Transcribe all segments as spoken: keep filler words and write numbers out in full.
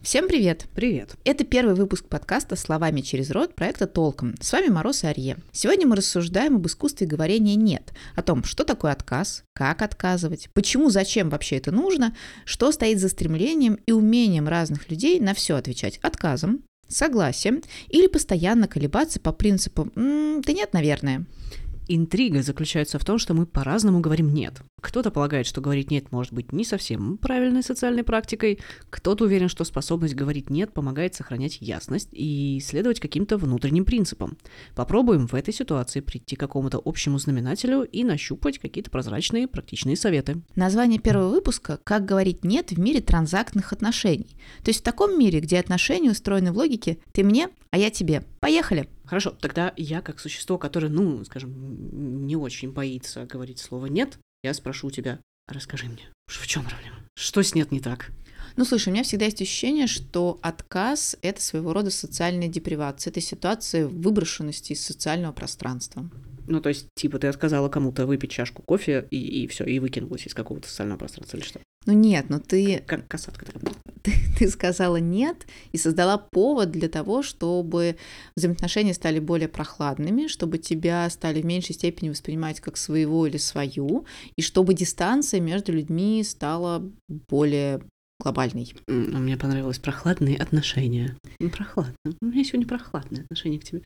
Всем привет! Привет! Это первый выпуск подкаста «Словами через рот» проекта «Толком». С вами Мороз и Арье. Сегодня мы рассуждаем об искусстве говорения «нет», о том, что такое отказ, как отказывать, почему, зачем вообще это нужно, что стоит за стремлением и умением разных людей на все отвечать отказом, согласием или постоянно колебаться по принципу «м, да нет, наверное». Интрига заключается в том, что мы по-разному говорим «нет». Кто-то полагает, что говорить «нет» может быть не совсем правильной социальной практикой, кто-то уверен, что способность говорить «нет» помогает сохранять ясность и следовать каким-то внутренним принципам. Попробуем в этой ситуации прийти к какому-то общему знаменателю и нащупать какие-то прозрачные практичные советы. Название первого выпуска «Как говорить «нет» в мире транзактных отношений». То есть в таком мире, где отношения устроены в логике «ты мне, а я тебе». Поехали! Хорошо, тогда я, как существо, которое, ну, скажем, не очень боится говорить слово «нет», я спрошу у тебя, расскажи мне, в чем проблема? Что с «нет» не так? Ну, слушай, у меня всегда есть ощущение, что отказ – это своего рода социальная депривация, это ситуация выброшенности из социального пространства. Ну, то есть, типа, ты отказала кому-то выпить чашку кофе и, и все, и выкинулась из какого-то социального пространства или что? Ну нет, ну ты... Как касатка такая. Ты, ты сказала «нет» и создала повод для того, чтобы взаимоотношения стали более прохладными, чтобы тебя стали в меньшей степени воспринимать как своего или свою, и чтобы дистанция между людьми стала более глобальной. Мне понравилось прохладные отношения. Ну, прохладно. У меня сегодня прохладное отношение к тебе.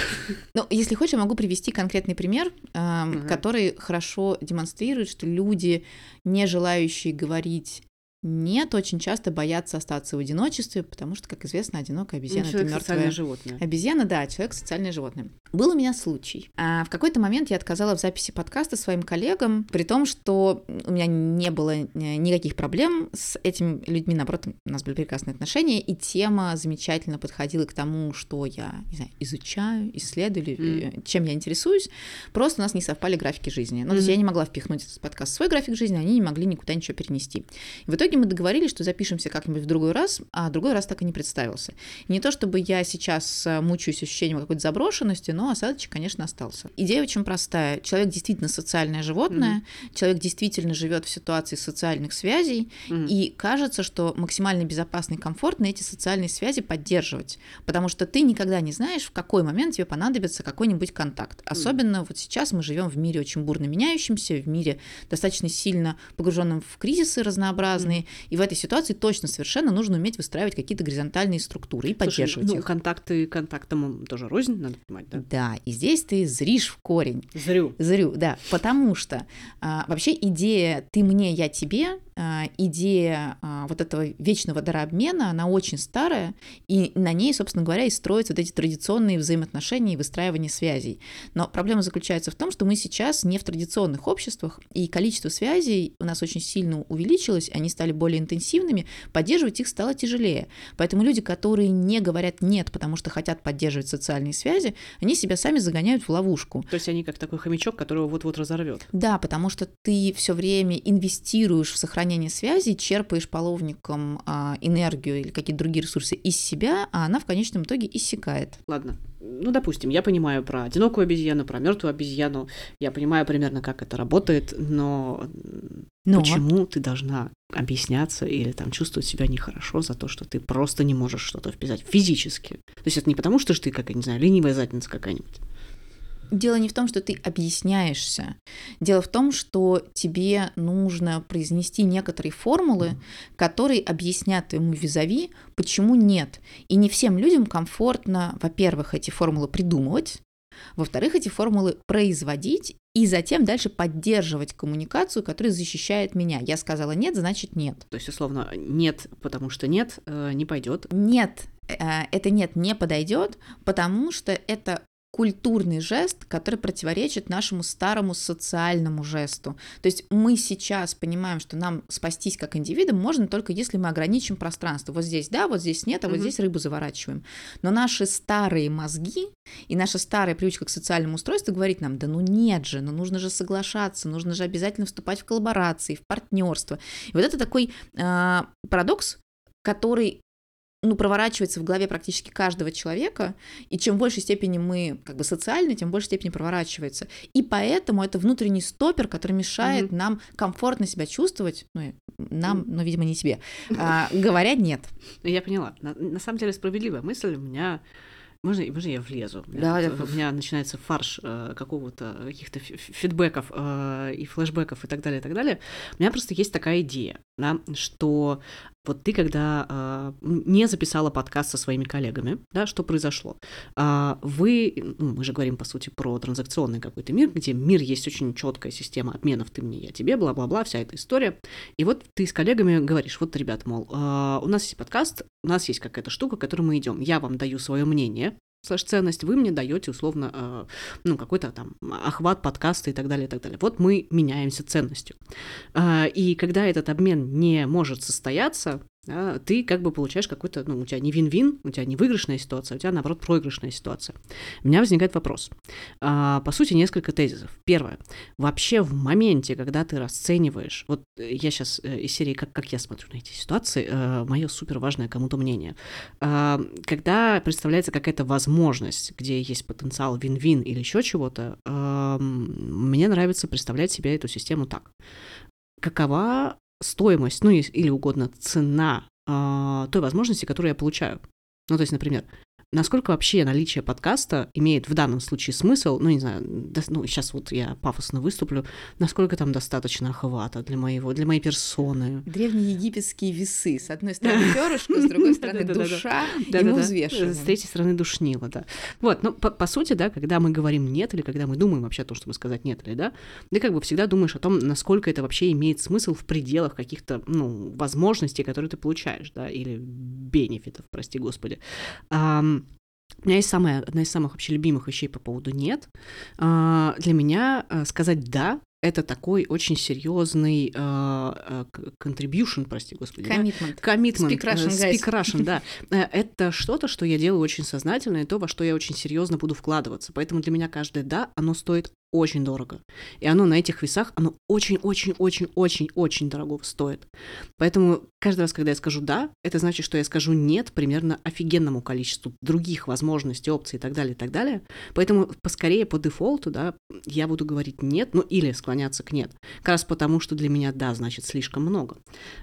Ну, если хочешь, я могу привести конкретный пример, э, ага. который хорошо демонстрирует, что люди, не желающие говорить «нет», очень часто боятся остаться в одиночестве, потому что, как известно, одинокая обезьяна ну, – это мертвое животное. Обезьяна, да, человек – социальное животное. Был у меня случай. А в какой-то момент я отказала в записи подкаста своим коллегам, при том, что у меня не было никаких проблем с этими людьми, наоборот, у нас были прекрасные отношения, и тема замечательно подходила к тому, что я, не знаю, изучаю, исследую, mm. чем я интересуюсь. Просто у нас не совпали графики жизни. Ну, mm-hmm. то есть я не могла впихнуть этот подкаст в свой график жизни, они не могли никуда ничего перенести. И в итоге мы договорились, что запишемся как-нибудь в другой раз, а другой раз так и не представился. И не то, чтобы я сейчас мучаюсь ощущением какой-то заброшенности, но осадочек, конечно, остался. Идея очень простая. Человек действительно социальное животное, mm-hmm. человек действительно живет в ситуации социальных связей, mm-hmm. и кажется, что максимально безопасно и комфортно эти социальные связи поддерживать, потому что ты никогда не знаешь, в какой момент тебе понадобится какой-нибудь контакт. Особенно mm-hmm. вот сейчас мы живем в мире очень бурно меняющемся, в мире достаточно сильно погруженном в кризисы разнообразные, mm-hmm. и в этой ситуации точно совершенно нужно уметь выстраивать какие-то горизонтальные структуры и поддерживать Слушай, ну, их. контакты контактам тоже рознь, надо понимать, да? Да, и здесь ты зришь в корень. Зрю. Зрю, да, потому что а, вообще идея «ты мне, я тебе», а, идея а, вот этого вечного дарообмена, она очень старая, и на ней, собственно говоря, и строятся вот эти традиционные взаимоотношения и выстраивание связей. Но проблема заключается в том, что мы сейчас не в традиционных обществах, и количество связей у нас очень сильно увеличилось, они стали более интенсивными, поддерживать их стало тяжелее. Поэтому люди, которые не говорят «нет», потому что хотят поддерживать социальные связи, они себя сами загоняют в ловушку. То есть они как такой хомячок, которого вот-вот разорвет. Да, потому что ты все время инвестируешь в сохранение связей, черпаешь половником а, энергию или какие-то другие ресурсы из себя, а она в конечном итоге иссякает. Ладно. Ну, допустим, я понимаю про одинокую обезьяну, про мертвую обезьяну, я понимаю примерно, как это работает, но, но почему ты должна объясняться или там чувствовать себя нехорошо за то, что ты просто не можешь что-то вписать физически? То есть это не потому, что ты, как, я не знаю, ленивая задница какая-нибудь. Дело не в том, что ты объясняешься. Дело в том, что тебе нужно произнести некоторые формулы, которые объяснят твоему визави, почему нет. И не всем людям комфортно, во-первых, эти формулы придумывать, во-вторых, эти формулы производить и затем дальше поддерживать коммуникацию, которая защищает меня. Я сказала «нет», значит «нет». То есть, условно, «нет», потому что «нет» э, не пойдет. Нет, э, это «нет» не подойдет, потому что это культурный жест, который противоречит нашему старому социальному жесту. То есть мы сейчас понимаем, что нам спастись как индивидам можно только если мы ограничим пространство. Вот здесь да, вот здесь нет, а вот mm-hmm. здесь рыбу заворачиваем. Но наши старые мозги и наша старая привычка к социальному устройству говорит нам, да ну нет же, ну нужно же соглашаться, нужно же обязательно вступать в коллаборации, в партнерство. И вот это такой э, парадокс, который ну, проворачивается в голове практически каждого человека, и чем в большей степени мы как бы социальны, тем в большей степени проворачивается. И поэтому это внутренний стопер, который мешает mm-hmm. нам комфортно себя чувствовать, ну, нам, но, видимо, не себе, а, говоря «нет». Я поняла. На, на самом деле справедливая мысль у меня... Можно, можно я влезу? Да, у, я... у меня начинается фарш э, какого-то, каких-то фидбэков э, и флешбэков и так далее, и так далее. У меня просто есть такая идея, да, что вот ты, когда э, не записала подкаст со своими коллегами, да, что произошло? Э, вы, ну, мы же говорим, по сути, про транзакционный какой-то мир, где мир есть очень четкая система обменов, ты мне, я тебе, бла-бла-бла, вся эта история. И вот ты с коллегами говоришь, вот, ребята, мол, э, у нас есть подкаст, у нас есть какая-то штука, к которой мы идем, я вам даю свое мнение, слэш-ценность, вы мне даете условно, э, ну, какой-то там охват подкаста и так далее, и так далее. Вот мы меняемся ценностью. Э, и когда этот обмен не может состояться, да, ты как бы получаешь какой-то, ну, у тебя не вин-вин, у тебя не выигрышная ситуация, у тебя, наоборот, проигрышная ситуация. У меня возникает вопрос. А, по сути, несколько тезисов. Первое. Вообще в моменте, когда ты расцениваешь, вот я сейчас из серии «Как, как я смотрю на эти ситуации», э, мое супер важное кому-то мнение. А, когда представляется какая-то возможность, где есть потенциал вин-вин или еще чего-то, а, мне нравится представлять себе эту систему так. Какова стоимость, ну или угодно цена э, той возможности, которую я получаю. Ну, то есть, например, насколько вообще наличие подкаста имеет в данном случае смысл, ну, не знаю, до, ну, сейчас вот я пафосно выступлю, насколько там достаточно охвата для моего, для моей персоны. Древнеегипетские весы. С одной стороны перышко, с другой стороны душа, и мы взвешиваем. С третьей стороны душнило, да. Вот, ну, по, по сути, да, когда мы говорим «нет», или когда мы думаем вообще о том, чтобы сказать «нет», или да, ты как бы всегда думаешь о том, насколько это вообще имеет смысл в пределах каких-то, ну, возможностей, которые ты получаешь, да, или бенефитов, прости господи. У меня есть самая, одна из самых вообще любимых вещей по поводу «нет». Для меня сказать «да» — это такой очень серьезный uh, contribution, прости господи. Commitment. Да? Commitment. Speak Russian, guys. Speak Russian, да. Это что-то, что я делаю очень сознательно, и то, во что я очень серьезно буду вкладываться. Поэтому для меня каждое «да», оно стоит очень дорого. И оно на этих весах, оно очень-очень-очень-очень-очень дорого стоит. Поэтому каждый раз, когда я скажу «да», это значит, что я скажу «нет» примерно офигенному количеству других возможностей, опций и так далее, и так далее. Поэтому поскорее по дефолту, да, я буду говорить «нет», ну или склоняться к «нет». Как раз потому, что для меня «да» значит слишком много.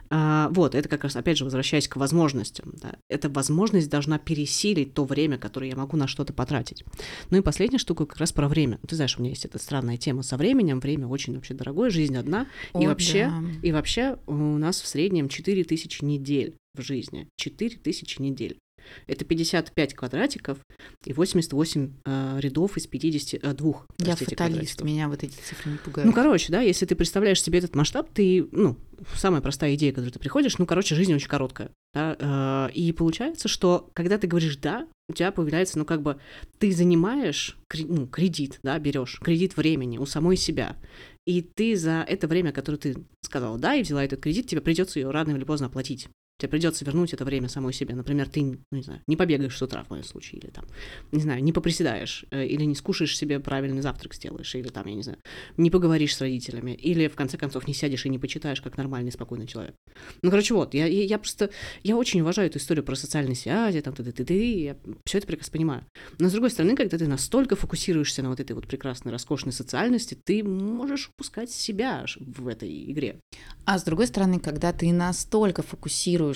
А, вот, это как раз, опять же, возвращаясь к возможностям. Да, эта возможность должна пересилить то время, которое я могу на что-то потратить. Ну и последняя штука как раз про время. Ты знаешь, у меня есть эта странная тема со временем. Время очень вообще дорогое, жизнь одна. О, и, вообще, да. и вообще у нас в среднем четыре тысячи недель в жизни. четыре тысячи недель. Это пятьдесят пять квадратиков и восемьдесят восемь э, рядов из пятидесяти двух. Я фаталист, меня вот эти цифры не пугают. Ну, короче, да, если ты представляешь себе этот масштаб, ты, ну, самая простая идея, к которой ты приходишь, ну, короче, жизнь очень короткая. Да, э, и получается, что когда ты говоришь «да», у тебя появляется, ну, как бы, ты занимаешь ну, кредит, да, берешь кредит времени у самой себя, и ты за это время, которое ты сказала «да» и взяла этот кредит, тебе придется ее рано или поздно оплатить. Тебе придется вернуть это время самой себе. Например, ты, ну, не знаю, не побегаешь с утра в моем случае, или там, не знаю, не поприседаешь, или не скушаешь себе правильный завтрак сделаешь, или там, я не знаю, не поговоришь с родителями, или в конце концов не сядешь и не почитаешь, как нормальный, спокойный человек. Ну, короче, вот, я, я, я просто, я очень уважаю эту историю про социальные связи, там, ты-ты-ты-ты, я все это прекрасно понимаю. Но, с другой стороны, когда ты настолько фокусируешься на вот этой вот прекрасной, роскошной социальности, ты можешь упускать себя в этой игре. А с другой стороны, когда ты настолько фокусируешься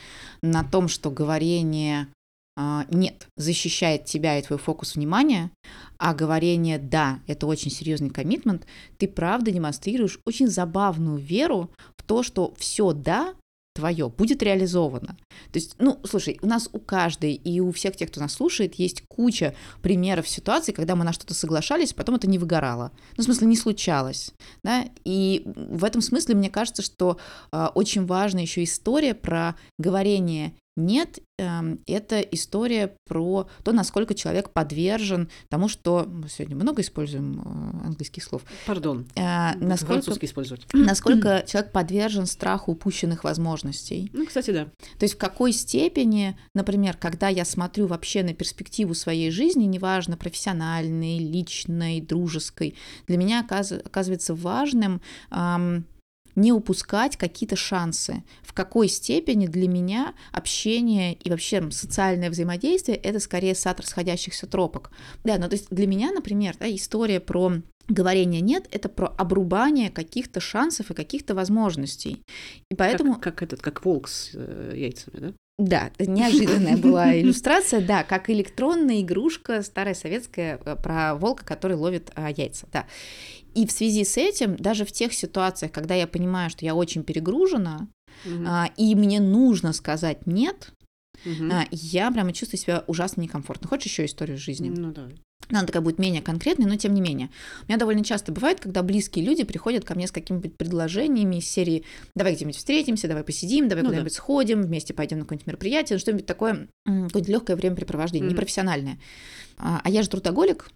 на том, что говорение а, «нет» защищает тебя и твой фокус внимания, а говорение «да» — это очень серьезный коммитмент, ты правда демонстрируешь очень забавную веру в то, что все «да» твое будет реализовано. То есть, ну, слушай, у нас у каждой и у всех тех, кто нас слушает, есть куча примеров ситуаций, когда мы на что-то соглашались, потом это не выгорало. Ну, в смысле, не случалось. Да? И в этом смысле мне кажется, что э, очень важна еще история про говорение «нет», э, это история про то, насколько человек подвержен тому, что... Мы сегодня много используем э, английских слов. Пардон. Э, насколько, французский использовать. Насколько человек подвержен страху упущенных возможностей. Ну, кстати, да. То есть в какой степени, например, когда я смотрю вообще на перспективу своей жизни, неважно, профессиональной, личной, дружеской, для меня оказывается важным... Эм, не упускать какие-то шансы. В какой степени для меня общение и вообще социальное взаимодействие — это скорее сад расходящихся тропок. Да, ну то есть для меня, например, да, история про говорение «нет» — это про обрубание каких-то шансов и каких-то возможностей. И поэтому... Как, как этот, как волк с э, яйцами, да? Да, это неожиданная была иллюстрация, да, как электронная игрушка старая советская про волка, который ловит а, яйца, да. И в связи с этим, даже в тех ситуациях, когда я понимаю, что я очень перегружена, угу. а, и мне нужно сказать «нет», угу. а, я прямо чувствую себя ужасно некомфортно. Хочешь еще историю жизни? Ну да. Она такая будет менее конкретной, но тем не менее. У меня довольно часто бывает, когда близкие люди приходят ко мне с какими-нибудь предложениями из серии «давай где-нибудь встретимся, давай посидим, давай ну куда-нибудь да. сходим, вместе пойдем на какое-нибудь мероприятие», что-нибудь такое, какое-то легкое времяпрепровождение, mm-hmm. непрофессиональное. А, а я же трудоголик,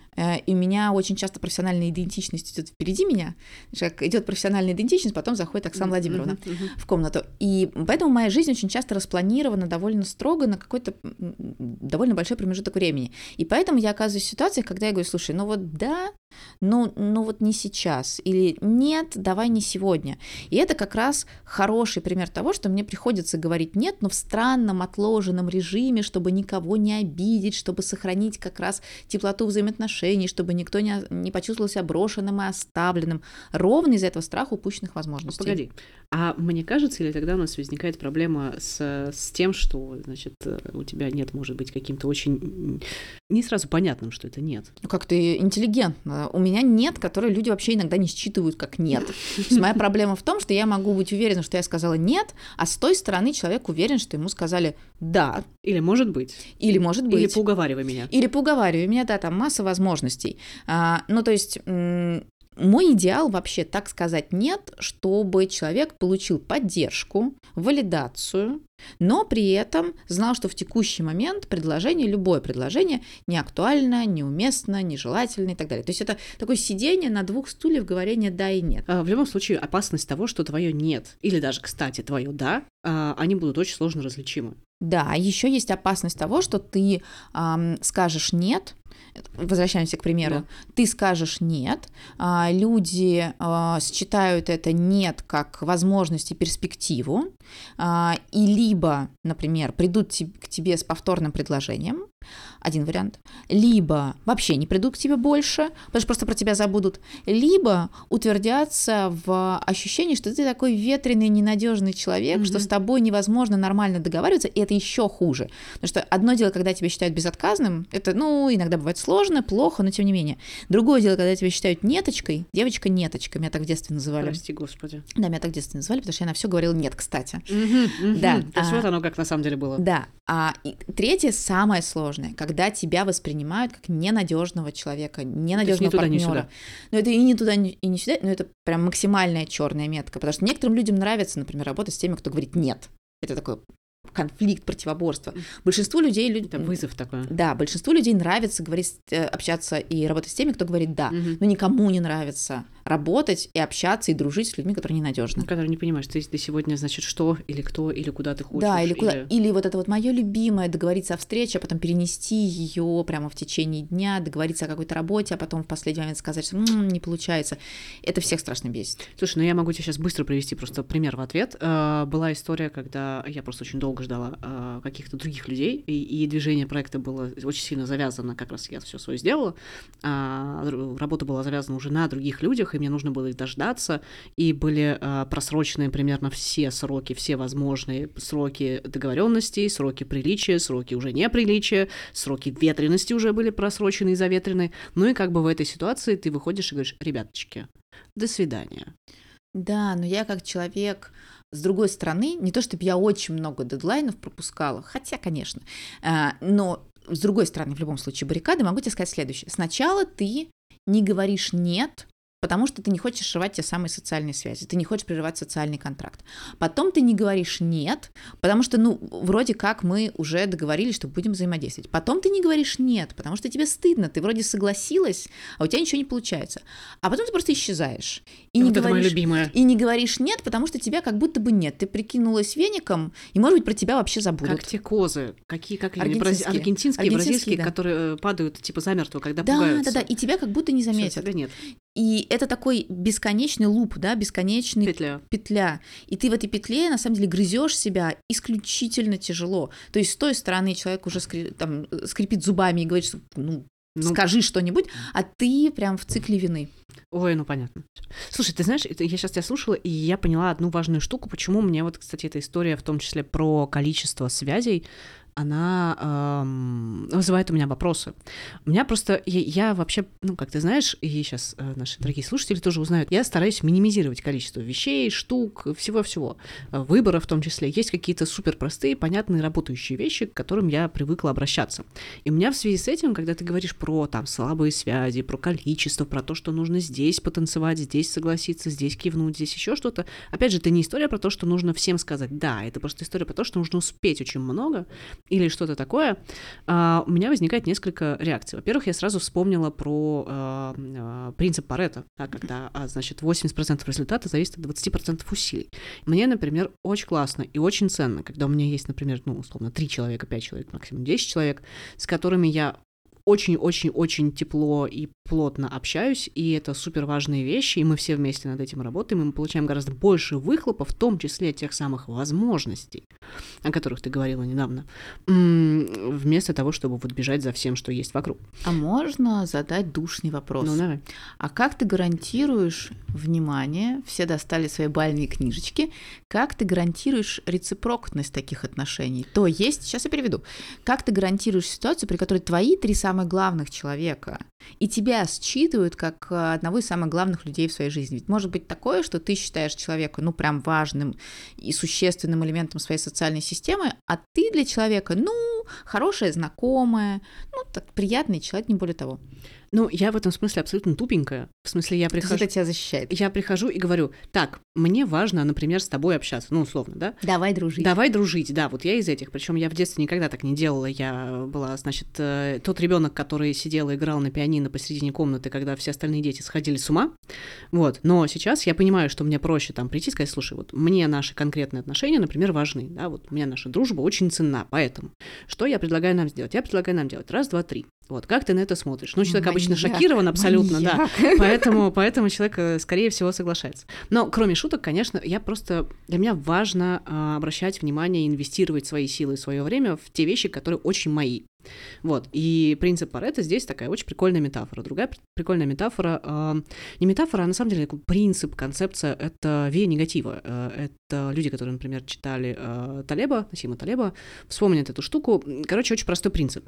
и у меня очень часто профессиональная идентичность идет впереди меня. Как идет профессиональная идентичность, потом заходит Оксана Владимировна uh-huh, uh-huh. в комнату. И поэтому моя жизнь очень часто распланирована довольно строго на какой-то довольно большой промежуток времени. И поэтому я оказываюсь в ситуациях, когда я говорю: слушай, ну вот да, но, но вот не сейчас. Или нет, давай не сегодня. И это как раз хороший пример того, что мне приходится говорить нет, но в странном отложенном режиме, чтобы никого не обидеть, чтобы сохранить как раз теплоту взаимоотношений, чтобы никто не, не почувствовал себя брошенным и оставленным, ровно из-за этого страха упущенных возможностей. Погоди, а мне кажется, или тогда у нас возникает проблема с, с тем, что, значит, у тебя нет, может быть, каким-то очень не сразу понятным, что это нет? Ну, как ты интеллигентно. У меня нет, которые люди вообще иногда не считывают как нет. То есть моя проблема в том, что я могу быть уверена, что я сказала нет, а с той стороны человек уверен, что ему сказали да. Или может быть. Или может быть. Или поуговаривай меня. Или поуговаривай меня, да, там масса возможностей. А, ну, то есть... М- Мой идеал вообще так сказать «нет», чтобы человек получил поддержку, валидацию, но при этом знал, что в текущий момент предложение, любое предложение не актуально, неуместно, нежелательно и так далее. То есть это такое сидение на двух стульях, говорение «да» и «нет». В любом случае опасность того, что твое «нет» или даже, кстати, твое «да», они будут очень сложно различимы. Да, еще есть опасность того, что ты эм, скажешь «нет», возвращаемся к примеру, да. Ты скажешь «нет», люди считают это «нет» как возможность и перспективу, и либо, например, придут к тебе с повторным предложением, один вариант, либо вообще не придут к тебе больше, потому что просто про тебя забудут, либо утвердятся в ощущении, что ты такой ветреный, ненадежный человек, mm-hmm. что с тобой невозможно нормально договариваться, и это еще хуже. Потому что одно дело, когда тебя считают безотказным, это, ну, иногда бывает сложно, плохо, но тем не менее. Другое дело, когда тебя считают неточкой, девочка-неточка, меня так в детстве называли. Прости, господи. Да, меня так в детстве называли, потому что я на все говорила «нет», кстати. Mm-hmm, mm-hmm. Да. То есть а, вот оно как на самом деле было. Да. А и третье, самое сложное, когда тебя воспринимают как ненадежного человека, ненадежного партнера. Но это и не туда, и не сюда, но это прям максимальная черная метка, потому что некоторым людям нравится, например, работать с теми, кто говорит «нет». Это такой конфликт, противоборство. Большинству людей... Это вызов такой. Да, большинству людей нравится говорить, общаться и работать с теми, кто говорит «да», угу. но никому не нравится работать и общаться, и дружить с людьми, которые ненадежны. Которые не понимаешь, ты, ты сегодня, значит, что, или кто, или куда ты хочешь. Да, или, куда, или... или вот это вот мое любимое, договориться о встрече, а потом перенести ее прямо в течение дня, договориться о какой-то работе, а потом в последний момент сказать, что м-м, не получается. Это всех страшно бесит. Слушай, ну я могу тебе сейчас быстро привести просто пример в ответ. Uh, была история, когда я просто очень долго ждала uh, каких-то других людей, и, и движение проекта было очень сильно завязано, как раз я все свое сделала, uh, работа была завязана уже на других людях, и мне нужно было их дождаться, и были uh, просрочены примерно все сроки, все возможные сроки договоренностей, сроки приличия, сроки уже неприличия, сроки ветрености уже были просрочены и заветрены. Ну и как бы в этой ситуации ты выходишь и говоришь: ребяточки, до свидания. Да, но я как человек, с другой стороны, не то чтобы я очень много дедлайнов пропускала, хотя, конечно, но с другой стороны, в любом случае, баррикады, могу тебе сказать следующее. Сначала ты не говоришь «нет», потому что ты не хочешь рвать те самые социальные связи, ты не хочешь прерывать социальный контракт. Потом ты не говоришь «нет», потому что, ну, вроде как мы уже договорились, что будем взаимодействовать. Потом ты не говоришь «нет», потому что тебе стыдно, ты вроде согласилась, а у тебя ничего не получается. А потом ты просто исчезаешь. И, вот не, это говоришь, моя любимая. И не говоришь «нет», потому что тебя как будто бы нет. Ты прикинулась веником, и, может быть, про тебя вообще забудут. Как те козы, какие, как аргентинские, они, аргентинские, аргентинские бразильские, да. которые падают типа замертво, когда да, пугаются. Да, да, да, и тебя как будто не заметят. Всё, тебя нет. И это такой бесконечный луп, да, бесконечный Петля. петля. И ты в этой петле, на самом деле, грызешь себя исключительно тяжело. То есть с той стороны человек уже скри- там, скрипит зубами и говорит, что ну, Ну, скажи что-нибудь, а ты прям в цикле вины. Ой, ну понятно. Слушай, ты знаешь, это, я сейчас тебя слушала, и я поняла одну важную штуку, почему мне вот, кстати, эта история, в том числе про количество связей, она эм, вызывает у меня вопросы. У меня просто, я, я вообще, ну, как ты знаешь, и сейчас э, наши дорогие слушатели тоже узнают, я стараюсь минимизировать количество вещей, штук, всего-всего. Выбора в том числе. Есть какие-то суперпростые, понятные, работающие вещи, к которым я привыкла обращаться. И у меня в связи с этим, когда ты говоришь про там слабые связи, про количество, про то, что нужно здесь потанцевать, здесь согласиться, здесь кивнуть, здесь еще что-то, опять же, это не история про то, что нужно всем сказать «да», это просто история про то, что нужно успеть очень много, или что-то такое, а, у меня возникает несколько реакций. Во-первых, я сразу вспомнила про а, а, принцип Парето, да, когда, а, значит, восемьдесят процентов результата зависит от двадцать процентов усилий. Мне, например, очень классно и очень ценно, когда у меня есть, например, ну, условно, три человека, пять человек, максимум десять человек, с которыми я очень-очень-очень тепло и плотно общаюсь, и это супер важные вещи, и мы все вместе над этим работаем, и мы получаем гораздо больше выхлопа, в том числе тех самых возможностей, о которых ты говорила недавно, вместо того, чтобы вот бежать за всем, что есть вокруг. А можно задать душный вопрос? Ну, давай. А как ты гарантируешь внимание, все достали свои бальные книжечки, как ты гарантируешь рецепрокность таких отношений? То есть, сейчас я переведу, как ты гарантируешь ситуацию, при которой твои три самых главных человека и тебя считывают как одного из самых главных людей в своей жизни? Ведь может быть такое, что ты считаешь человека, ну, прям важным и существенным элементом своей социальной системы, а ты для человека, ну, хорошая знакомая, ну, так приятный человек, не более того. Ну, я в этом смысле абсолютно тупенькая. В смысле, я прихожу... Это тебя защищает. Я прихожу и говорю, так, мне важно, например, с тобой общаться, ну, условно, да? Давай дружить. Давай дружить, да, вот я из этих. Причем я в детстве никогда так не делала. Я была, значит, тот ребенок, который сидел и играл на пианино посередине комнаты, когда все остальные дети сходили с ума. Вот. Но сейчас я понимаю, что мне проще там прийти и сказать, слушай, вот мне наши конкретные отношения, например, важны, да, вот у меня наша дружба очень ценна, поэтому что я предлагаю нам сделать? Я предлагаю нам делать раз, два, три. Вот, как ты на это смотришь? Ну, человек обычно шокирован абсолютно, маньяк. Да, поэтому, поэтому человек, скорее всего, соглашается. Но кроме шуток, конечно, я просто, для меня важно а, обращать внимание, инвестировать свои силы и свое время в те вещи, которые очень мои. Вот, и принцип Парето здесь такая очень прикольная метафора. Другая прикольная метафора, э, не метафора, а на самом деле принцип, концепция — это вея негатива. Э, это люди, которые, например, читали э, Талеба, Насима Талеба, вспомнят эту штуку. Короче, очень простой принцип.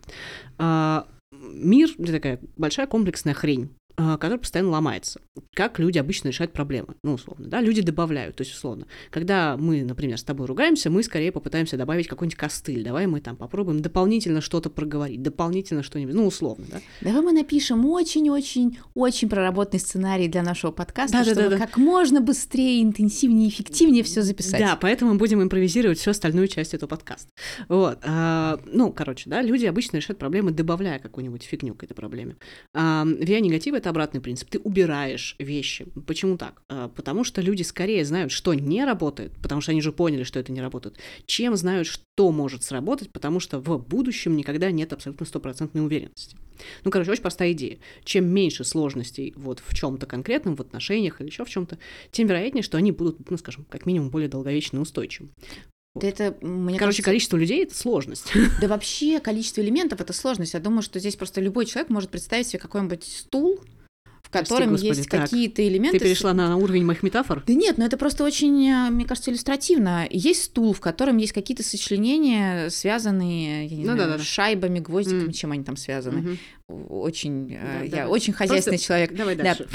Э, мир — это такая большая комплексная хрень, который постоянно ломается. Как люди обычно решают проблемы? Ну, условно, да, люди добавляют, то есть, условно, когда мы, например, с тобой ругаемся, мы скорее попытаемся добавить какой-нибудь костыль, давай мы там попробуем дополнительно что-то проговорить, дополнительно что-нибудь, ну, условно, да. Давай мы напишем очень-очень-очень проработанный сценарий для нашего подкаста, да, чтобы да, да, как можно быстрее, интенсивнее, эффективнее все записать. Да, поэтому мы будем импровизировать всю остальную часть этого подкаста. Вот, а, ну, короче, да, люди обычно решают проблемы, добавляя какую-нибудь фигню к этой проблеме. А, вея негатива — это обратный принцип. Ты убираешь вещи. Почему так? А, потому что люди скорее знают, что не работает, потому что они же поняли, что это не работает, чем знают, что может сработать, потому что в будущем никогда нет абсолютно стопроцентной уверенности. Ну, короче, очень простая идея. Чем меньше сложностей вот в чем-то конкретном, в отношениях или еще в чем-то, тем вероятнее, что они будут, ну, скажем, как минимум более долговечны и устойчивы. Да это, мне Короче, кажется, количество людей — это сложность. Да вообще количество элементов — это сложность. Я думаю, что здесь просто любой человек может представить себе какой-нибудь стул, в котором Прости, есть Господи, какие-то элементы. Ты перешла на уровень моих метафор? Да нет, но это просто очень, мне кажется, иллюстративно. Есть стул, в котором есть какие-то сочленения, связанные, я не ну, знаю, да, да. шайбами, гвоздиками, mm. чем они там связаны. Mm-hmm. Очень, да, я да. очень хозяйственный просто... человек. Давай да. дальше.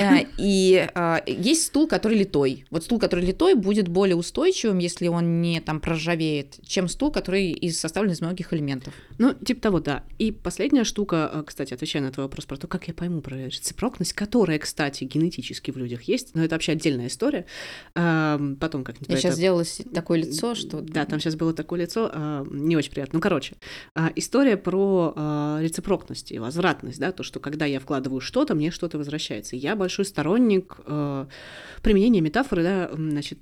И а, есть стул, который литой. Вот стул, который литой, будет более устойчивым, если он не там проржавеет, чем стул, который из, составлен из многих элементов. Ну, типа того, да. И последняя штука, кстати, отвечая на твой вопрос про то, как я пойму про рецепрокность, которая, кстати, генетически в людях есть, но это вообще отдельная история. А, потом как-нибудь... Я сейчас это... сделала такое лицо, что... Да, там сейчас было такое лицо, а, не очень приятно. Ну, короче, а, история про а, рецепрокность и возвратность. обратность, да, то, что когда я вкладываю что-то, мне что-то возвращается. Я большой сторонник э, применения метафоры, да, значит,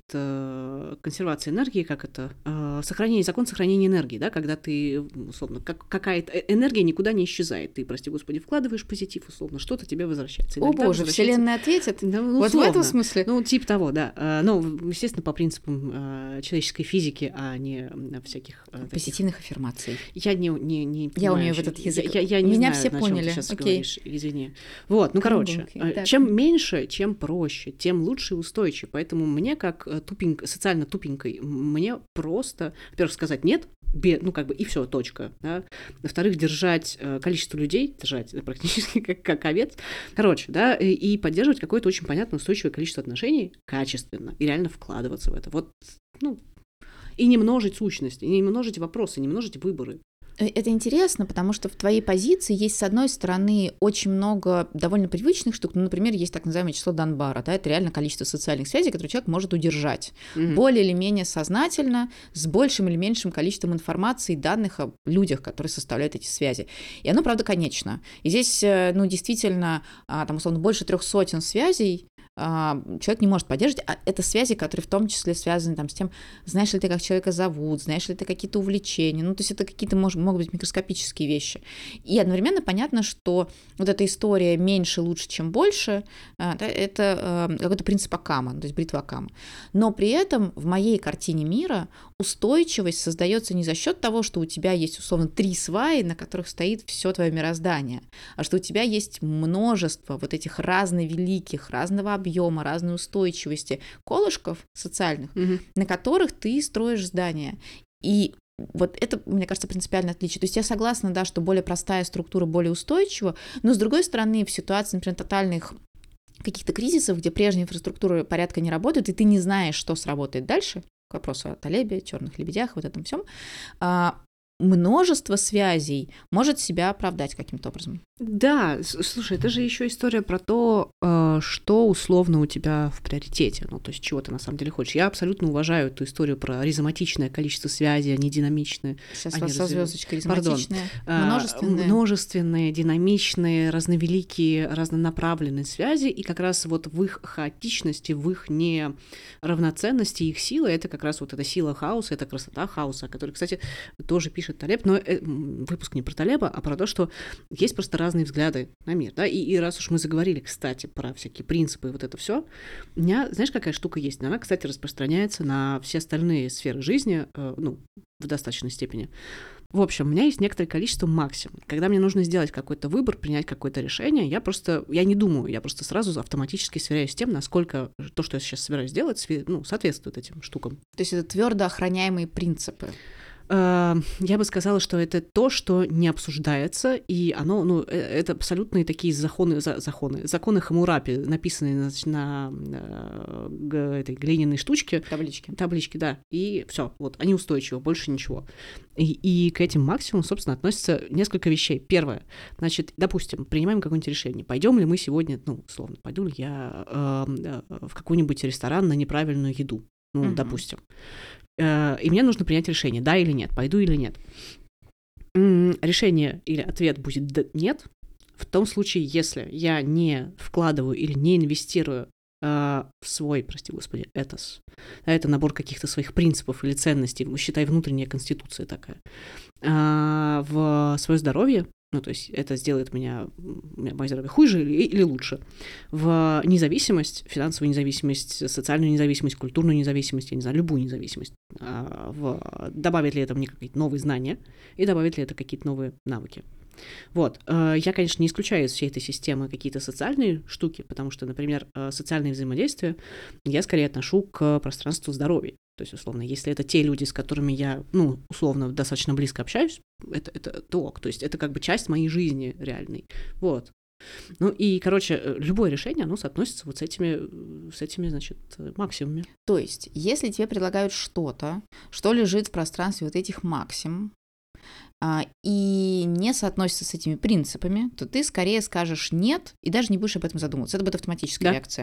э, консервации энергии, как это, э, сохранение, закон сохранения энергии, да, когда ты, условно, как, какая-то энергия никуда не исчезает, ты, прости господи, вкладываешь позитив, условно, что-то тебе возвращается. Иногда О боже, возвращается... Вселенная ответит? Да, ну, вот условно. В этом смысле? Ну, типа того, да. Э, ну, естественно, по принципам э, человеческой физики, а не всяких... Э, позитивных таких... аффирмаций. Я не, не, не Я понимаю, умею в этот язык. Я, я, я не Меня знаю, все на поняли. Чем ты сейчас Окей. говоришь, извини. Вот, ну, короче, okay. чем меньше, чем проще, тем лучше и устойчивее. Поэтому мне, как тупенько, социально тупенькой, мне просто, во-первых, сказать «нет», ну, как бы, и все, точка, да. Во-вторых, держать количество людей, держать практически как, как овец, короче, да, и, и поддерживать какое-то очень понятное, устойчивое количество отношений качественно и реально вкладываться в это. Вот, ну, и не множить сущности, не множить вопросы, не множить выборы. Это интересно, потому что в твоей позиции есть, с одной стороны, очень много довольно привычных штук. Ну, например, есть так называемое число Данбара, да, это реально количество социальных связей, которые человек может удержать. Mm-hmm. Более или менее сознательно, с большим или меньшим количеством информации и данных о людях, которые составляют эти связи. И оно, правда, конечно. И здесь, ну, действительно, там, условно, больше трех сотен связей человек не может поддерживать, а это связи, которые в том числе связаны там, с тем, знаешь ли ты, как человека зовут, знаешь ли ты какие-то увлечения, ну, то есть это какие-то, может, могут быть микроскопические вещи. И одновременно понятно, что вот эта история меньше лучше, чем больше, да, это какой-то принцип Оккама, то есть бритва Оккама. Но при этом в моей картине мира устойчивость создается не за счет того, что у тебя есть, условно, три сваи, на которых стоит все твое мироздание, а что у тебя есть множество вот этих разновеликих, разного объема, разной устойчивости колышков социальных, mm-hmm. на которых ты строишь здание. И вот это, мне кажется, принципиальное отличие. То есть я согласна, да, что более простая структура более устойчива, но, с другой стороны, в ситуации, например, тотальных каких-то кризисов, где прежняя инфраструктура порядка не работает, и ты не знаешь, что сработает дальше, к вопросу о Талебе, черных лебедях, вот этом всем, множество связей может себя оправдать каким-то образом. Да, слушай, это же еще история про то, что условно у тебя в приоритете, ну, то есть чего ты на самом деле хочешь. Я абсолютно уважаю эту историю про ризоматичное количество связей, они динамичные. Сейчас они со развив... звездочкой ризоматичные, Пардон. множественные. Множественные, динамичные, разновеликие, разнонаправленные связи, и как раз вот в их хаотичности, в их неравноценности, их силы, это как раз вот эта сила хаоса, это красота хаоса, который, кстати, тоже пишет Талеб, но выпуск не про Талеба, а про то, что есть просто разные взгляды на мир, да, и, и раз уж мы заговорили, кстати, про всякие принципы и вот это все, у меня, знаешь, какая штука есть? Она, кстати, распространяется на все остальные сферы жизни, э, ну, в достаточной степени. В общем, у меня есть некоторое количество максим. Когда мне нужно сделать какой-то выбор, принять какое-то решение, я просто, я не думаю, я просто сразу автоматически сверяюсь с тем, насколько то, что я сейчас собираюсь делать, ну, соответствует этим штукам. То есть это твердо охраняемые принципы. Я бы сказала, что это то, что не обсуждается, и оно, ну, это абсолютные такие законы, законы, законы Хаммурапи, написанные на, на, на этой глиняной штучке. Таблички. Таблички, да, и все, вот, они устойчивы, больше ничего. И, и к этим максимумам, собственно, относятся несколько вещей. Первое, значит, допустим, принимаем какое-нибудь решение, пойдем ли мы сегодня, ну, условно, пойду ли я э, в какой-нибудь ресторан на неправильную еду, ну, uh-huh. допустим. И мне нужно принять решение, да или нет, пойду или нет. Решение или ответ будет нет, в том случае, если я не вкладываю или не инвестирую э, в свой, прости господи, этос, это набор каких-то своих принципов или ценностей, считай, внутренняя конституция такая, э, в свое здоровье, ну, то есть это сделает меня, мое здоровье хуже или, или лучше. В независимость, финансовую независимость, социальную независимость, культурную независимость, я не знаю, любую независимость. В, добавит ли это мне какие-то новые знания и добавит ли это какие-то новые навыки. Вот. Я, конечно, не исключаю из всей этой системы какие-то социальные штуки, потому что, например, социальные взаимодействия я скорее отношу к пространству здоровья. То есть, условно, если это те люди, с которыми я, ну, условно, достаточно близко общаюсь, это, это то, то есть это как бы часть моей жизни реальной. Вот. Ну и, короче, любое решение, оно соотносится вот с этими, с этими, значит, максимумами. То есть, если тебе предлагают что-то, что лежит в пространстве вот этих максим, и не соотносится с этими принципами, то ты скорее скажешь «нет» и даже не будешь об этом задумываться. Это будет автоматическая да. реакция.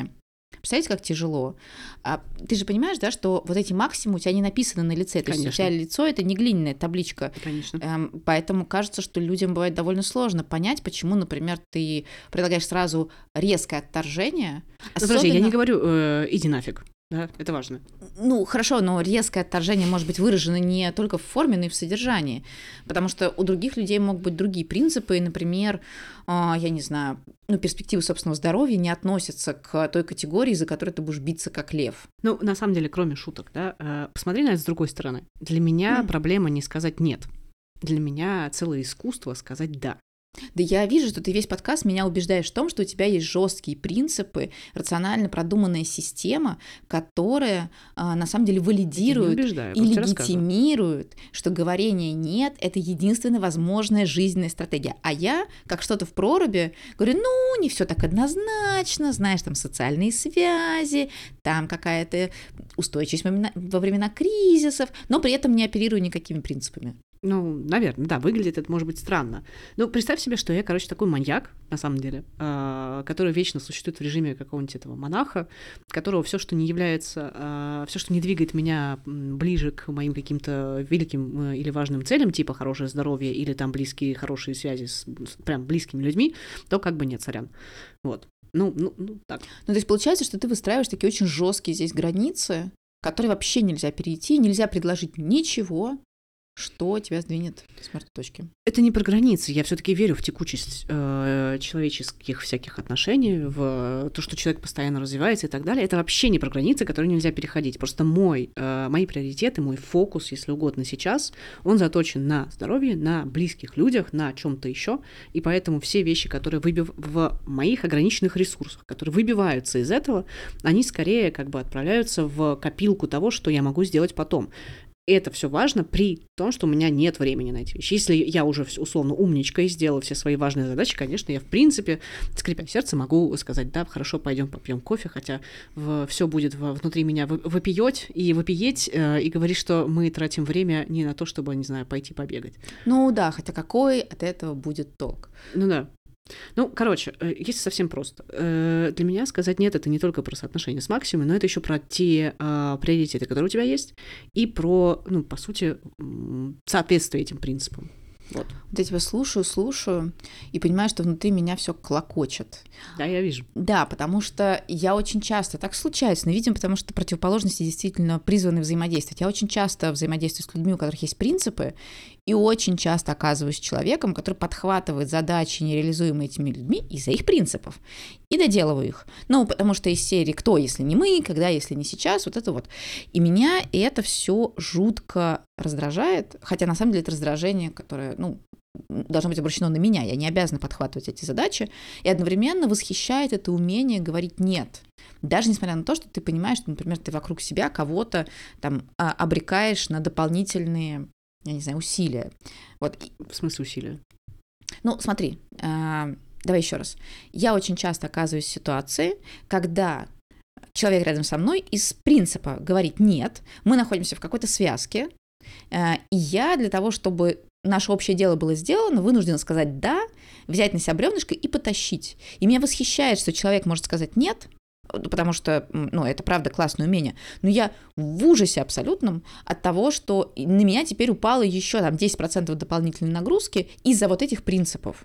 Представляете, как тяжело. А ты же понимаешь, да, что вот эти максимумы у тебя не написаны на лице. То есть у тебя лицо — это не глиняная табличка. Конечно. Эм, поэтому кажется, что людям бывает довольно сложно понять, почему, например, ты предлагаешь сразу резкое отторжение. Ну, Особенно... подожди, я не говорю э, «иди нафиг». Да, это важно. Ну, хорошо, но резкое отторжение может быть выражено не только в форме, но и в содержании. Потому что у других людей могут быть другие принципы. И, например, э, я не знаю, ну, перспективы собственного здоровья не относятся к той категории, за которой ты будешь биться как лев. Ну, на самом деле, кроме шуток, да, э, посмотри на это с другой стороны. Для меня mm. проблема не сказать «нет». Для меня целое искусство сказать «да». Да я вижу, что ты весь подкаст меня убеждаешь в том, что у тебя есть жесткие принципы, рационально продуманная система, которая а, на самом деле валидирует убеждаю, и легитимирует, что говорение «нет» — это единственная возможная жизненная стратегия. А я, как что-то в проруби, говорю, ну, не все так однозначно, знаешь, там социальные связи, там какая-то устойчивость во времена кризисов, но при этом не оперирую никакими принципами. Ну, наверное, да, выглядит это, может быть, странно. Ну, представь себе, что я, короче, такой маньяк, на самом деле, э, который вечно существует в режиме какого-нибудь этого монаха, которого все, что не является, э, все, что не двигает меня ближе к моим каким-то великим э, или важным целям, типа хорошее здоровье или там близкие, хорошие связи с, с прям близкими людьми, то как бы нет, сорян. Вот. Ну, ну, ну, так. Ну, то есть получается, что ты выстраиваешь такие очень жесткие здесь границы, которые вообще нельзя перейти, нельзя предложить ничего, что тебя сдвинет с мертвой точки. Это не про границы. Я все-таки верю в текучесть э, человеческих всяких отношений, в то, что человек постоянно развивается и так далее. Это вообще не про границы, которые нельзя переходить. Просто мой, э, мои приоритеты, мой фокус, если угодно, сейчас, он заточен на здоровье, на близких людях, на чем-то еще. И поэтому все вещи, которые выбив... в моих ограниченных ресурсах, которые выбиваются из этого, они скорее как бы отправляются в копилку того, что я могу сделать потом. Это все важно при том, что у меня нет времени на эти вещи. Если я уже условно умничка и сделала все свои важные задачи, конечно, я в принципе, скрипя сердце, могу сказать, да, хорошо, пойдем попьем кофе, хотя все будет внутри меня вопиёть и вопиеть, э, и говорить, что мы тратим время не на то, чтобы, не знаю, пойти побегать. Ну да, хотя какой от этого будет толк? Ну да. Ну, короче, если совсем просто, для меня сказать «нет» — это не только про соотношение с максимумом, но это еще про те а, приоритеты, которые у тебя есть, и про, ну, по сути, соответствие этим принципам. Вот. Вот я тебя слушаю, слушаю, и понимаю, что внутри меня все клокочет. Да, я вижу. Да, потому что я очень часто, так случается, но, видимо, потому что противоположности действительно призваны взаимодействовать. Я очень часто взаимодействую с людьми, у которых есть принципы, и очень часто оказываюсь человеком, который подхватывает задачи, нереализуемые этими людьми, из-за их принципов, и доделываю их. Ну, потому что из серии «Кто, если не мы?», «Когда, если не сейчас?», вот это вот. И меня это все жутко раздражает, хотя на самом деле это раздражение, которое, ну, должно быть обращено на меня, я не обязана подхватывать эти задачи, и одновременно восхищает это умение говорить «нет». Даже несмотря на то, что ты понимаешь, что, например, ты вокруг себя кого-то там обрекаешь на дополнительные, я не знаю, усилия. Вот. В смысле усилия? Ну, смотри, э, давай еще раз. Я очень часто оказываюсь в ситуации, когда человек рядом со мной из принципа говорит «нет», мы находимся в какой-то связке, э, и я для того, чтобы наше общее дело было сделано, вынуждена сказать «да», взять на себя бревнышко и потащить. И меня восхищает, что человек может сказать «нет», потому что, ну, это правда классное умение, но я в ужасе абсолютном от того, что на меня теперь упало еще там десять процентов дополнительной нагрузки из-за вот этих принципов.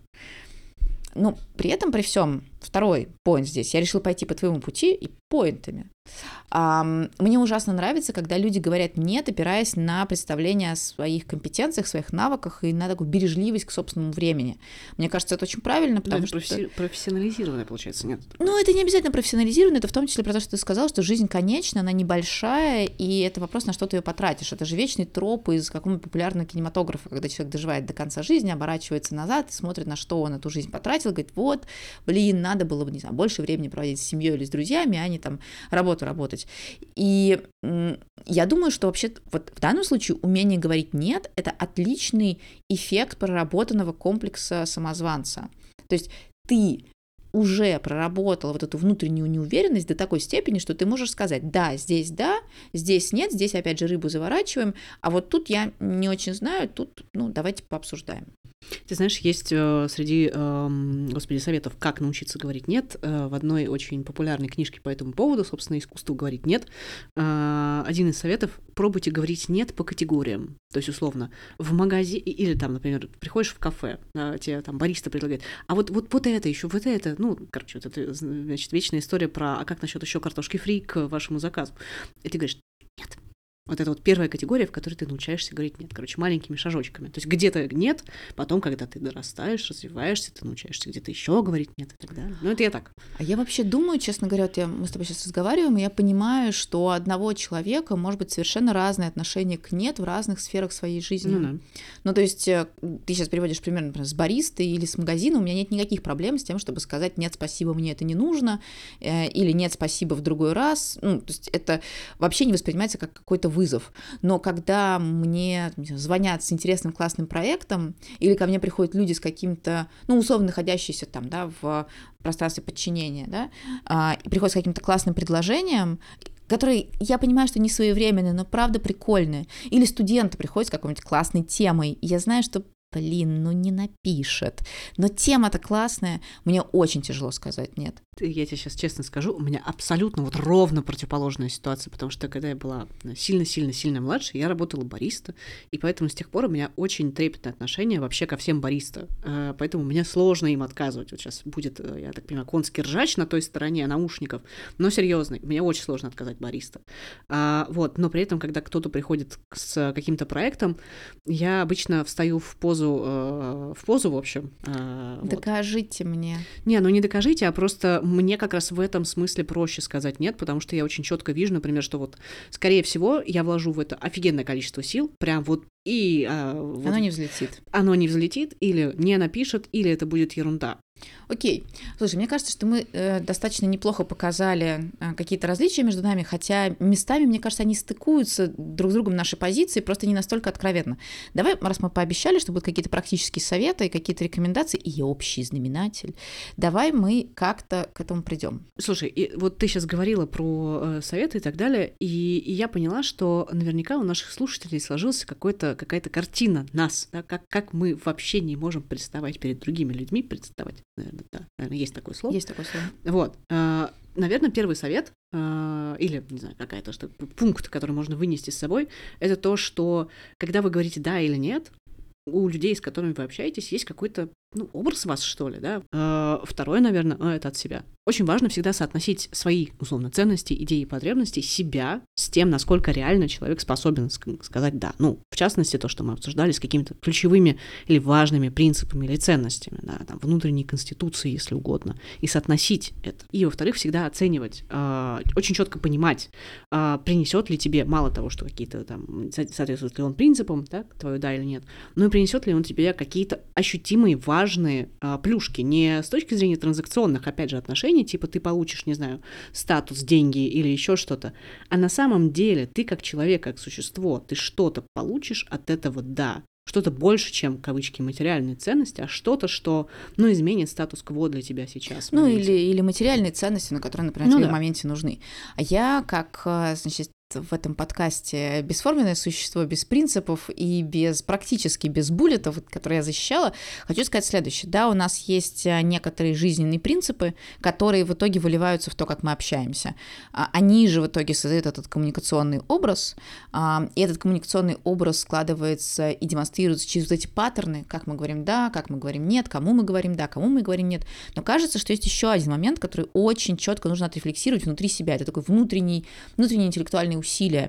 Но при этом, при всем, второй поинт здесь, я решила пойти по твоему пути и поинтами. А, мне ужасно нравится, когда люди говорят «нет», опираясь на представление о своих компетенциях, своих навыках и на такую бережливость к собственному времени. Мне кажется, это очень правильно, потому это что... професси... профессионализированное, получается, нет? Ну, это не обязательно профессионализированное, это в том числе про то, что ты сказал, что жизнь конечна, она небольшая, и это вопрос, на что ты ее потратишь. Это же вечный троп из какого-нибудь популярного кинематографа, когда человек доживает до конца жизни, оборачивается назад и смотрит, на что он эту жизнь потратил, говорит, вот, блин, надо было бы, не знаю, больше времени проводить с семьей или с друзьями, а не там работу работать. И м, я думаю, что вообще вот в данном случае умение говорить «нет» — это отличный эффект проработанного комплекса самозванца. То есть ты уже проработала вот эту внутреннюю неуверенность до такой степени, что ты можешь сказать «да, здесь да, здесь нет, здесь опять же рыбу заворачиваем, а вот тут я не очень знаю, тут, ну, давайте пообсуждаем». Ты знаешь, есть э, среди, э, господи, советов, как научиться говорить «нет», э, в одной очень популярной книжке по этому поводу, собственно, «Искусство говорить нет», э, один из советов — пробуйте говорить «нет» по категориям. То есть, условно, в магазине, или там, например, приходишь в кафе, э, тебе там бариста предлагает, а вот, вот, вот это еще, вот это, ну, короче, вот это, значит, вечная история про, а как насчет еще картошки фри к вашему заказу? И ты говоришь «нет». Вот это вот первая категория, в которой ты научаешься говорить «нет». Короче, маленькими шажочками. То есть где-то «нет», потом, когда ты дорастаешь, развиваешься, ты научаешься где-то еще говорить «нет» и так далее. Ну, это я так. А я вообще думаю, честно говоря, вот я, мы с тобой сейчас разговариваем, и я понимаю, что у одного человека может быть совершенно разное отношение к «нет» в разных сферах своей жизни. Ну, да. Ну, то есть ты сейчас приводишь пример, например, с баристой или с магазина, у меня нет никаких проблем с тем, чтобы сказать «нет, спасибо, мне это не нужно», или «нет, спасибо, в другой раз». Ну, то есть это вообще не воспринимается как какой-то вызов. Но когда мне знаю, звонят с интересным классным проектом, или ко мне приходят люди с каким-то, ну, условно находящиеся там, да, в пространстве подчинения, да, а, и приходят с каким-то классным предложением, которые, я понимаю, что не своевременные, но правда прикольные. Или студенты приходят с какой-нибудь классной темой, и я знаю, что блин, ну не напишет. Но тема-то классная, мне очень тяжело сказать «нет». Я тебе сейчас честно скажу, у меня абсолютно вот ровно противоположная ситуация, потому что когда я была сильно-сильно-сильно младше, я работала бариста, и поэтому с тех пор у меня очень трепетное отношение вообще ко всем бариста, поэтому мне сложно им отказывать. Вот сейчас будет, я так понимаю, конский ржач на той стороне наушников, но серьезно, мне очень сложно отказать бариста. Вот, но при этом, когда кто-то приходит с каким-то проектом, я обычно встаю в позу, в позу, в общем. Докажите вот. Мне. Не, ну не докажите, а просто мне как раз в этом смысле проще сказать «нет», потому что я очень четко вижу, например, что вот, скорее всего, я вложу в это офигенное количество сил, прям вот и... А, вот, оно не взлетит. Оно не взлетит, или не напишет, или это будет ерунда. Окей. Слушай, мне кажется, что мы э, достаточно неплохо показали э, какие-то различия между нами, хотя местами, мне кажется, они стыкуются друг с другом, наши позиции, просто не настолько откровенно. Давай, раз мы пообещали, что будут какие-то практические советы, какие-то рекомендации и общий знаменатель, давай мы как-то к этому придем. Слушай, и вот ты сейчас говорила про э, советы и так далее, и, и я поняла, что наверняка у наших слушателей сложилась какой-то, какая-то картина нас, да, как, как мы вообще не можем представать перед другими людьми, представать. Наверное, да. Наверное, есть такое слово. Есть такое слово. Вот. Наверное, первый совет, или, не знаю, какая-то что, пункт, который можно вынести с собой, это то, что когда вы говорите «да» или «нет», у людей, с которыми вы общаетесь, есть какой-то, ну, образ вас, что ли, да. Второе, наверное, это от себя. Очень важно всегда соотносить свои, условно, ценности, идеи и потребности себя с тем, насколько реально человек способен сказать «да». Ну, в частности, то, что мы обсуждали с какими-то ключевыми или важными принципами или ценностями, да, там, внутренней конституции, если угодно, и соотносить это. И, во-вторых, всегда оценивать, э, очень четко понимать, э, принесет ли тебе, мало того, что какие-то там, соответствует ли он принципам, да, твое «да» или «нет», но и принесет ли он тебе какие-то ощутимые, важные э, плюшки, не с точки зрения транзакционных, опять же, отношений, типа ты получишь, не знаю, статус, деньги или еще что-то, а на самом деле ты как человек, как существо, ты что-то получишь от этого «да», что-то больше, чем, кавычки, материальные ценности, а что-то, что, ну, изменит статус-кво для тебя сейчас. Ну, или, или материальные ценности, на которые, например, ну, тебе да. в моменте нужны. А я, как, значит, в этом подкасте бесформенное существо, без принципов и без, практически без буллетов, которые я защищала, хочу сказать следующее. Да, у нас есть некоторые жизненные принципы, которые в итоге выливаются в то, как мы общаемся. Они же в итоге создают этот коммуникационный образ, и этот коммуникационный образ складывается и демонстрируется через вот эти паттерны, как мы говорим «да», как мы говорим «нет», кому мы говорим «да», кому мы говорим «нет». Но кажется, что есть еще один момент, который очень четко нужно отрефлексировать внутри себя. Это такой внутренний, внутренний интеллектуальный усилия.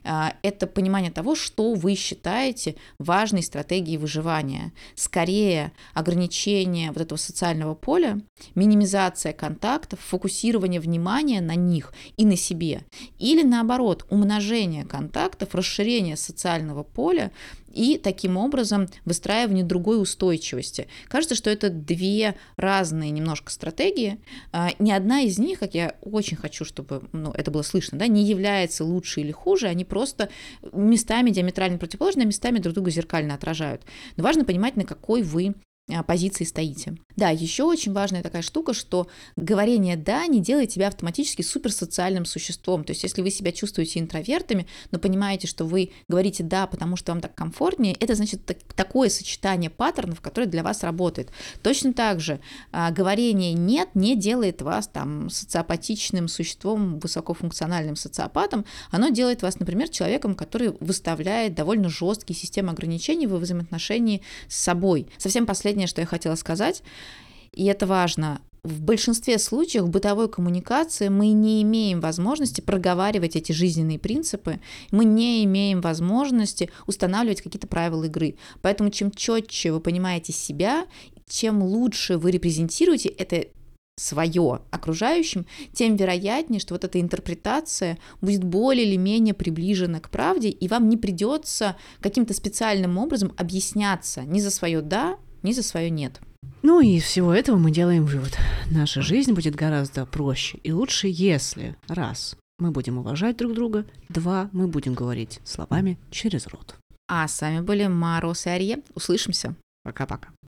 Это понимание того, что вы считаете важной стратегией выживания. Скорее, ограничение вот этого социального поля, минимизация контактов, фокусирование внимания на них и на себе. Или наоборот, умножение контактов, расширение социального поля и таким образом выстраивание другой устойчивости. Кажется, что это две разные немножко стратегии. Ни одна из них, как я очень хочу, чтобы ну, это было слышно, да, не является лучше или хуже, они просто местами диаметрально противоположны, а местами друг друга зеркально отражают. Но важно понимать, на какой вы позиции стоите. Да, еще очень важная такая штука, что говорение «да» не делает тебя автоматически суперсоциальным существом. То есть если вы себя чувствуете интровертами, но понимаете, что вы говорите «да», потому что вам так комфортнее, это значит так, такое сочетание паттернов, которое для вас работает. Точно так же а, говорение «нет» не делает вас там социопатичным существом, высокофункциональным социопатом. Оно делает вас, например, человеком, который выставляет довольно жесткие системы ограничений во взаимоотношении с собой. Совсем последнее, что я хотела сказать, и это важно. В большинстве случаев в бытовой коммуникации мы не имеем возможности проговаривать эти жизненные принципы, мы не имеем возможности устанавливать какие-то правила игры. Поэтому чем четче вы понимаете себя, чем лучше вы репрезентируете это свое окружающим, тем вероятнее, что вот эта интерпретация будет более или менее приближена к правде, и вам не придется каким-то специальным образом объясняться ни за свое «да», ни за свое «нет». Ну и из всего этого мы делаем вывод. Наша жизнь будет гораздо проще и лучше, если, раз, мы будем уважать друг друга, два, мы будем говорить словами через рот. А с вами были Марос и Арье. Услышимся. Пока-пока.